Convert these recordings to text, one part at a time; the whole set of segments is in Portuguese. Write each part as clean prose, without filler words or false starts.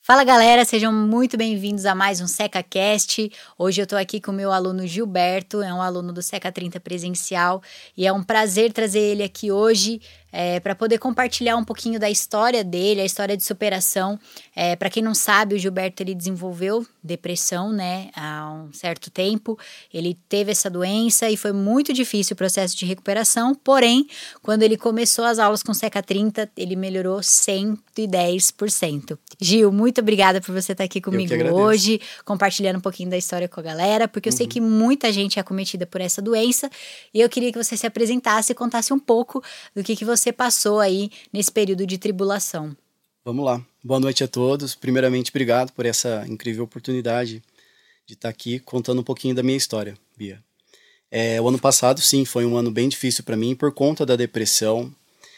Fala galera, sejam muito bem-vindos a mais um SecaCast. Hoje eu tô aqui com o meu aluno Gilberto, é um aluno do Seca 30 presencial e é um prazer trazer ele aqui hoje para poder compartilhar um pouquinho da história dele, a história de superação. Para quem não sabe, o Gilberto ele desenvolveu depressão, né, há um certo tempo. Ele teve essa doença e foi muito difícil o processo de recuperação, porém, quando ele começou as aulas com Seca 30, ele melhorou 110%. Gil, muito obrigada por você estar aqui comigo hoje, compartilhando um pouquinho da história com a galera, porque eu sei que muita gente é acometida por essa doença e eu queria que você se apresentasse e contasse um pouco do que você passou aí nesse período de tribulação. Vamos lá. Boa noite a todos. Primeiramente, obrigado por essa incrível oportunidade de estar aqui contando um pouquinho da minha história, Bia. O ano passado, sim, foi um ano bem difícil para mim por conta da depressão.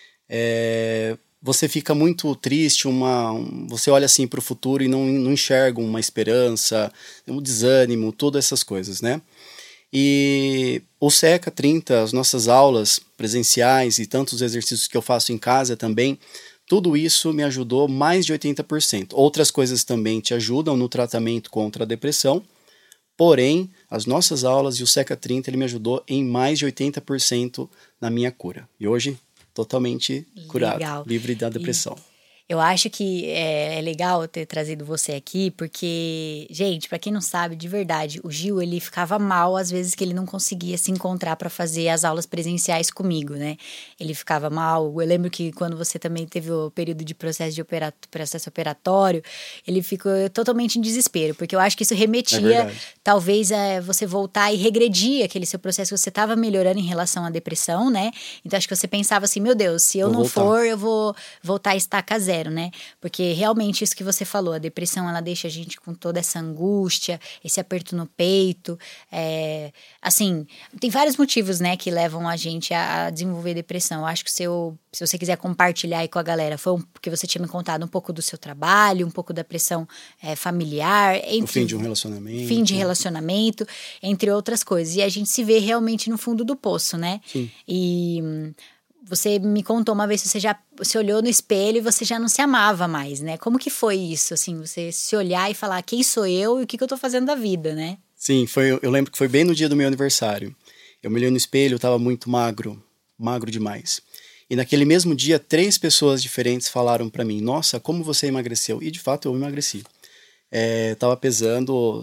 Você fica muito triste, você olha assim para o futuro e não enxerga uma esperança, um desânimo, todas essas coisas, né? E o Seca 30, as nossas aulas presenciais e tantos exercícios que eu faço em casa também, tudo isso me ajudou mais de 80%. Outras coisas também te ajudam no tratamento contra a depressão, porém, as nossas aulas e o Seca 30, ele me ajudou em mais de 80% na minha cura. E hoje, totalmente curado, livre da depressão. Eu acho que é legal ter trazido você aqui, porque, gente, pra quem não sabe, de verdade, o Gil, ele ficava mal às vezes que ele não conseguia se encontrar pra fazer as aulas presenciais comigo, né? Ele ficava mal. Eu lembro que quando você também teve o período de processo operatório, ele ficou totalmente em desespero, porque eu acho que isso remetia, talvez, a você voltar e regredir aquele seu processo que você estava melhorando em relação à depressão, né? Então, acho que você pensava assim, meu Deus, se eu não for, eu vou voltar a estaca zero. Né? Porque realmente isso que você falou, a depressão ela deixa a gente com toda essa angústia, esse aperto no peito, assim, tem vários motivos, né, que levam a gente a desenvolver depressão. Eu acho que se você quiser compartilhar aí com a galera, porque você tinha me contado um pouco do seu trabalho, um pouco da pressão familiar, o fim de um relacionamento. Fim de relacionamento, entre outras coisas. E a gente se vê realmente no fundo do poço, né? Sim. E você me contou uma vez que você olhou no espelho e você já não se amava mais, né? Como que foi isso, assim, você se olhar e falar quem sou eu e o que eu tô fazendo da vida, né? Sim, eu lembro que foi bem no dia do meu aniversário. Eu me olhei no espelho, eu tava muito magro demais. E naquele mesmo dia, 3 pessoas diferentes falaram pra mim, nossa, como você emagreceu? E de fato eu emagreci. Tava pesando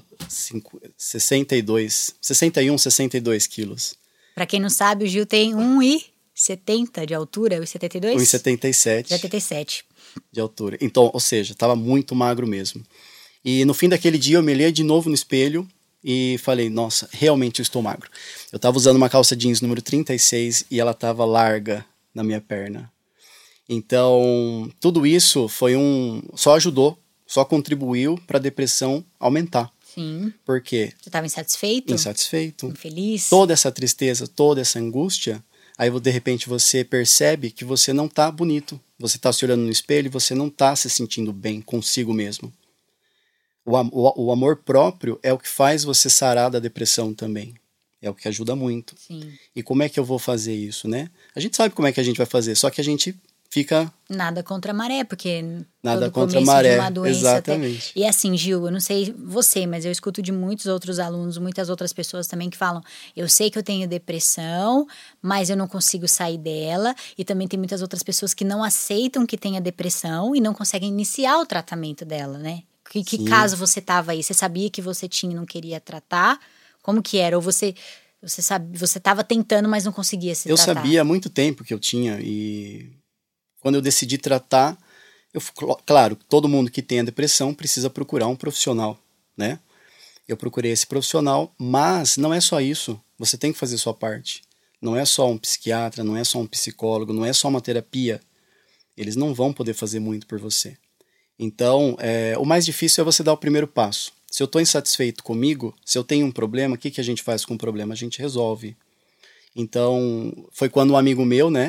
61, 62 quilos. Pra quem não sabe, o Gil tem 1,70 de altura, 1,72? 1,77. 1,77. De altura. Então, ou seja, estava muito magro mesmo. E no fim daquele dia eu me olhei de novo no espelho e falei, nossa, realmente eu estou magro. Eu estava usando uma calça jeans número 36 e ela estava larga na minha perna. Então, tudo isso só ajudou, só contribuiu para a depressão aumentar. Sim. Por quê? Você estava insatisfeito? Insatisfeito. Infeliz? Toda essa tristeza, toda essa angústia, aí de repente você percebe que você não tá bonito. Você tá se olhando no espelho e você não tá se sentindo bem consigo mesmo. O amor próprio é o que faz você sarar da depressão também. É o que ajuda muito. Sim. E como é que eu vou fazer isso, né? A gente sabe como é que a gente vai fazer, só que a gente fica... Nada contra a maré, porque nada todo contra a começo maré, de uma doença exatamente. E assim, Gil, eu não sei você, mas eu escuto de muitos outros alunos, muitas outras pessoas também que falam, eu sei que eu tenho depressão, mas eu não consigo sair dela, e também tem muitas outras pessoas que não aceitam que tenha depressão e não conseguem iniciar o tratamento dela, né? Que caso você estava aí? Você sabia que você tinha e não queria tratar? Como que era? Ou você estava tentando, mas não conseguia se tratar? Eu sabia há muito tempo que eu tinha e... Quando eu decidi tratar, claro, todo mundo que tem a depressão precisa procurar um profissional, né? Eu procurei esse profissional, mas não é só isso. Você tem que fazer sua parte. Não é só um psiquiatra, não é só um psicólogo, não é só uma terapia. Eles não vão poder fazer muito por você. Então, o mais difícil é você dar o primeiro passo. Se eu estou insatisfeito comigo, se eu tenho um problema, o que a gente faz com o problema? A gente resolve. Então, foi quando um amigo meu, né?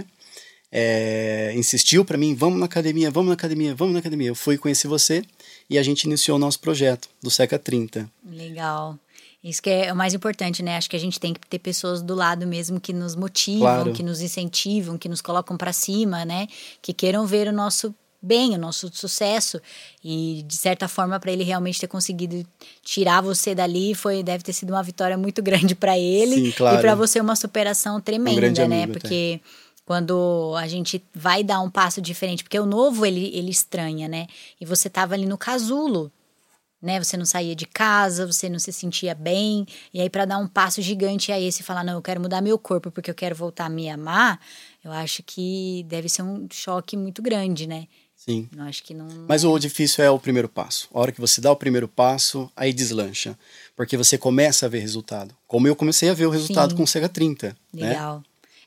Insistiu para mim, vamos na academia. Eu fui conhecer você e a gente iniciou o nosso projeto do Seca 30. Legal. Isso que é o mais importante, né? Acho que a gente tem que ter pessoas do lado mesmo que nos motivam, Claro. que nos incentivam, que nos colocam para cima, né? Que queiram ver o nosso bem, o nosso sucesso. E, de certa forma, para ele realmente ter conseguido tirar você dali, deve ter sido uma vitória muito grande para ele. Sim, claro. E para você uma superação tremenda, Um grande né? amigo, Porque quando a gente vai dar um passo diferente, porque o novo, ele estranha, né? E você tava ali no casulo, né? Você não saía de casa, você não se sentia bem, e aí para dar um passo gigante a esse e falar, não, eu quero mudar meu corpo porque eu quero voltar a me amar, eu acho que deve ser um choque muito grande, né? Sim. Eu acho que não... Mas o difícil é o primeiro passo. A hora que você dá o primeiro passo, aí deslancha. Porque você começa a ver resultado. Como eu comecei a ver o resultado com o Cega 30. Legal. Né?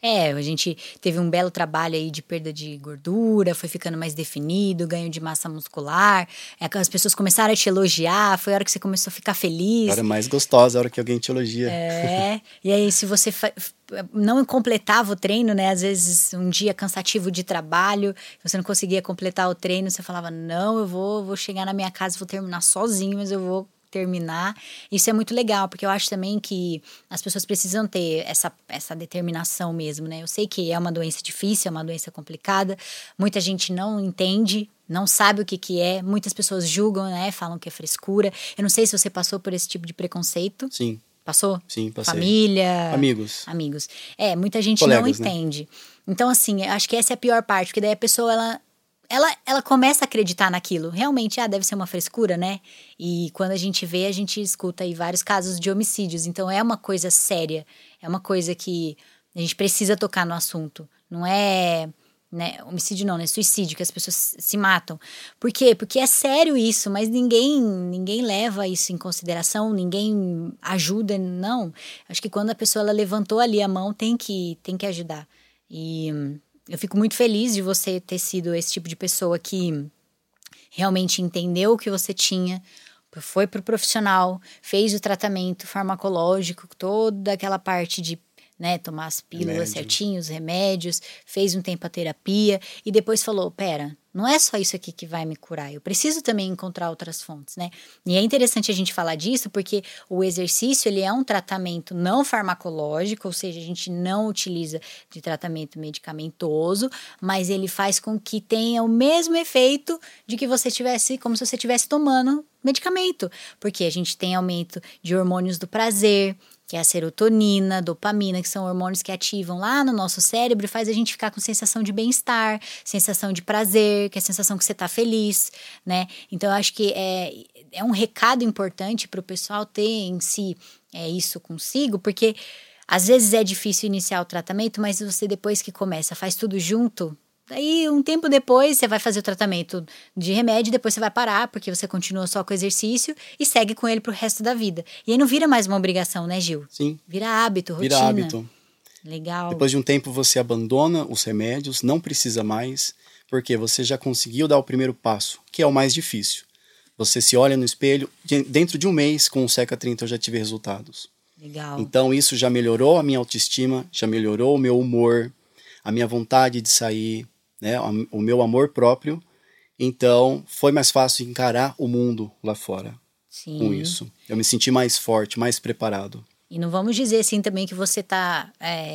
A gente teve um belo trabalho aí de perda de gordura, foi ficando mais definido, ganho de massa muscular. As pessoas começaram a te elogiar, foi a hora que você começou a ficar feliz. A hora mais gostosa, a hora que alguém te elogia. E aí se você não completava o treino, né? Às vezes um dia cansativo de trabalho, você não conseguia completar o treino, você falava, não, eu vou chegar na minha casa, vou terminar sozinho, mas eu vou terminar. Isso é muito legal, porque eu acho também que as pessoas precisam ter essa determinação mesmo, né? Eu sei que é uma doença difícil, é uma doença complicada, muita gente não entende, não sabe o que é, muitas pessoas julgam, né? Falam que é frescura. Eu não sei se você passou por esse tipo de preconceito. Sim. Passou? Sim, passei. Família? Amigos. Muita gente Colegas, não entende. Né? Então, assim, eu acho que essa é a pior parte, porque daí a pessoa, ela começa a acreditar naquilo. Realmente, deve ser uma frescura, né? E quando a gente vê, a gente escuta aí vários casos de homicídios. Então, é uma coisa séria. É uma coisa que a gente precisa tocar no assunto. Não é... Né? Homicídio não, né? Suicídio, que as pessoas se matam. Por quê? Porque é sério isso, mas ninguém leva isso em consideração, ninguém ajuda, não. Acho que quando a pessoa ela levantou ali a mão, tem que ajudar. E eu fico muito feliz de você ter sido esse tipo de pessoa que realmente entendeu o que você tinha, foi pro profissional, fez o tratamento farmacológico, toda aquela parte de, né, tomar as pílulas certinho, os remédios, fez um tempo a terapia e depois falou, pera, não é só isso aqui que vai me curar, eu preciso também encontrar outras fontes, né? E é interessante a gente falar disso porque o exercício, ele é um tratamento não farmacológico, ou seja, a gente não utiliza de tratamento medicamentoso, mas ele faz com que tenha o mesmo efeito de que você tivesse, como se você estivesse tomando medicamento, porque a gente tem aumento de hormônios do prazer, que é a serotonina, dopamina, que são hormônios que ativam lá no nosso cérebro e faz a gente ficar com sensação de bem-estar, sensação de prazer, que é a sensação que você está feliz, né? Então, eu acho que é um recado importante para o pessoal ter em si isso consigo, porque às vezes é difícil iniciar o tratamento, mas você depois que começa, faz tudo junto, daí um tempo depois você vai fazer o tratamento de remédio, depois você vai parar, porque você continua só com o exercício e segue com ele pro resto da vida. E aí não vira mais uma obrigação, né, Gil? Sim. Vira hábito, rotina. Vira hábito. Legal. Depois de um tempo você abandona os remédios, não precisa mais, porque você já conseguiu dar o primeiro passo, que é o mais difícil. Você se olha no espelho, dentro de um mês com o Seca 30 eu já tive resultados. Legal. Então isso já melhorou a minha autoestima, já melhorou o meu humor, a minha vontade de sair, né, o meu amor próprio. Então foi mais fácil encarar o mundo lá fora. Sim. Com isso. Eu me senti mais forte, mais preparado. E não vamos dizer assim também que você tá...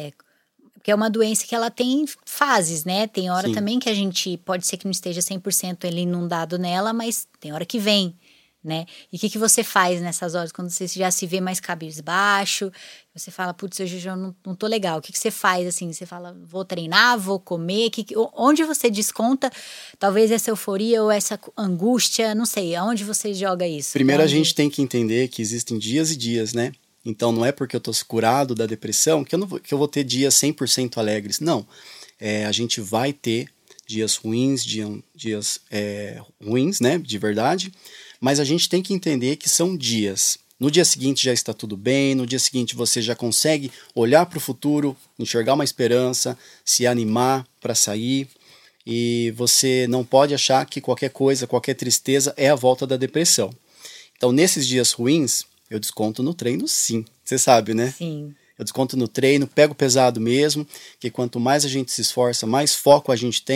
porque é uma doença que ela tem fases, né? Tem hora também que a gente pode ser que não esteja 100% ele inundado nela, mas tem hora que vem, né? E o que você faz nessas horas? Quando você já se vê mais cabisbaixo, você fala, putz, hoje eu já não tô legal. O que você faz, assim? Você fala, vou treinar, vou comer? Onde você desconta talvez essa euforia ou essa angústia? Não sei, aonde você joga isso? Primeiro a gente tem que entender que existem dias e dias, né? Então não é porque eu tô curado da depressão que eu vou ter dias 100% alegres. Não, a gente vai ter dias ruins, dias ruins, né, de verdade, mas a gente tem que entender que são dias. No dia seguinte já está tudo bem, no dia seguinte você já consegue olhar para o futuro, enxergar uma esperança, se animar para sair, e você não pode achar que qualquer coisa, qualquer tristeza é a volta da depressão. Então nesses dias ruins, eu desconto no treino sim, você sabe, né? Sim. Eu desconto no treino, pego pesado mesmo, que quanto mais a gente se esforça, mais foco a gente tem,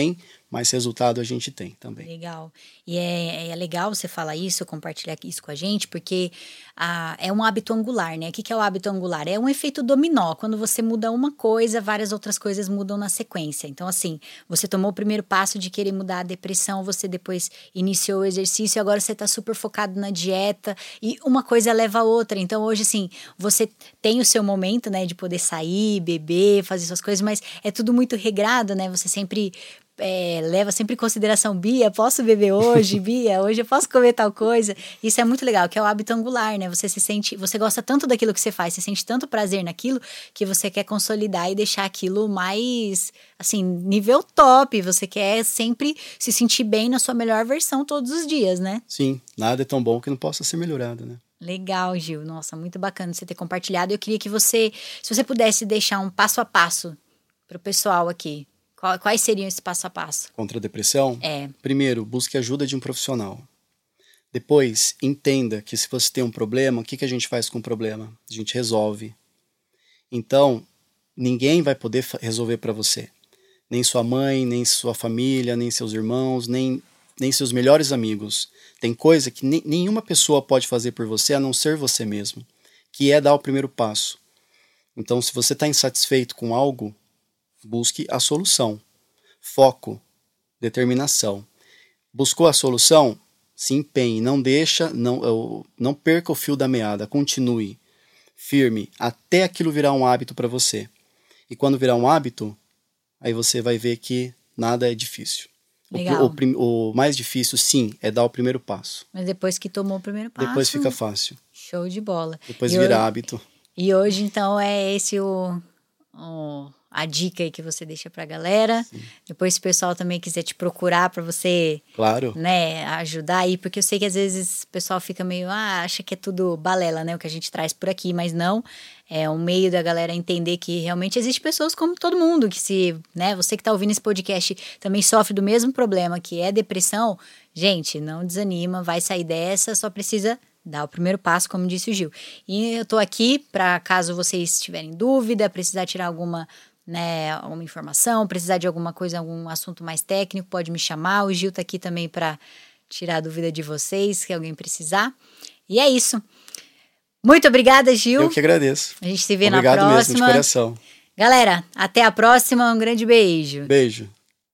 mais resultado a gente tem também. Legal. E é legal você falar isso, compartilhar isso com a gente, porque é um hábito angular, né? O que é o hábito angular? É um efeito dominó. Quando você muda uma coisa, várias outras coisas mudam na sequência. Então, assim, você tomou o primeiro passo de querer mudar a depressão, você depois iniciou o exercício, agora você tá super focado na dieta, e uma coisa leva a outra. Então, hoje, assim, você tem o seu momento, né, de poder sair, beber, fazer suas coisas, mas é tudo muito regrado, né? Você sempre leva sempre em consideração, Bia, posso beber hoje? Bia, hoje eu posso comer tal coisa? Isso é muito legal, que é o hábito angular, né? Você gosta tanto daquilo que você faz, você sente tanto prazer naquilo, que você quer consolidar e deixar aquilo mais, assim, nível top. Você quer sempre se sentir bem na sua melhor versão todos os dias, né? Sim, nada é tão bom que não possa ser melhorado, né? Legal, Gil. Nossa, muito bacana você ter compartilhado. Eu queria que se você pudesse deixar um passo a passo para o pessoal aqui. Quais seriam esse passo a passo? Contra a depressão? Primeiro, busque ajuda de um profissional. Depois, entenda que se você tem um problema, o que a gente faz com o problema? A gente resolve. Então, ninguém vai poder resolver para você. Nem sua mãe, nem sua família, nem seus irmãos, nem seus melhores amigos. Tem coisa que nenhuma pessoa pode fazer por você, a não ser você mesmo, que é dar o primeiro passo. Então, se você está insatisfeito com algo, busque a solução. Foco, determinação. Buscou a solução? Se empenhe, não perca o fio da meada, continue firme até aquilo virar um hábito para você. E quando virar um hábito, aí você vai ver que nada é difícil. O mais difícil, sim, é dar o primeiro passo. Mas depois que tomou o primeiro passo... Depois fica fácil. Show de bola. Depois vira hábito. E hoje, então, é esse a dica aí que você deixa pra galera. Sim. Depois, se o pessoal também quiser te procurar pra você... Claro. Né, ajudar aí. Porque eu sei que às vezes o pessoal fica meio... acha que é tudo balela, né? O que a gente traz por aqui. Mas não. É um meio da galera entender que realmente existe pessoas como todo mundo. Que você que tá ouvindo esse podcast também sofre do mesmo problema, que é depressão. Gente, não desanima. Vai sair dessa. Só precisa... dar o primeiro passo, como disse o Gil. E eu tô aqui para caso vocês tiverem dúvida, precisar tirar alguma informação, precisar de alguma coisa, algum assunto mais técnico, pode me chamar. O Gil tá aqui também para tirar a dúvida de vocês, se alguém precisar. E é isso. Muito obrigada, Gil. Eu que agradeço. A gente se vê na próxima. Obrigado mesmo, de coração. Galera, até a próxima. Um grande beijo. Beijo.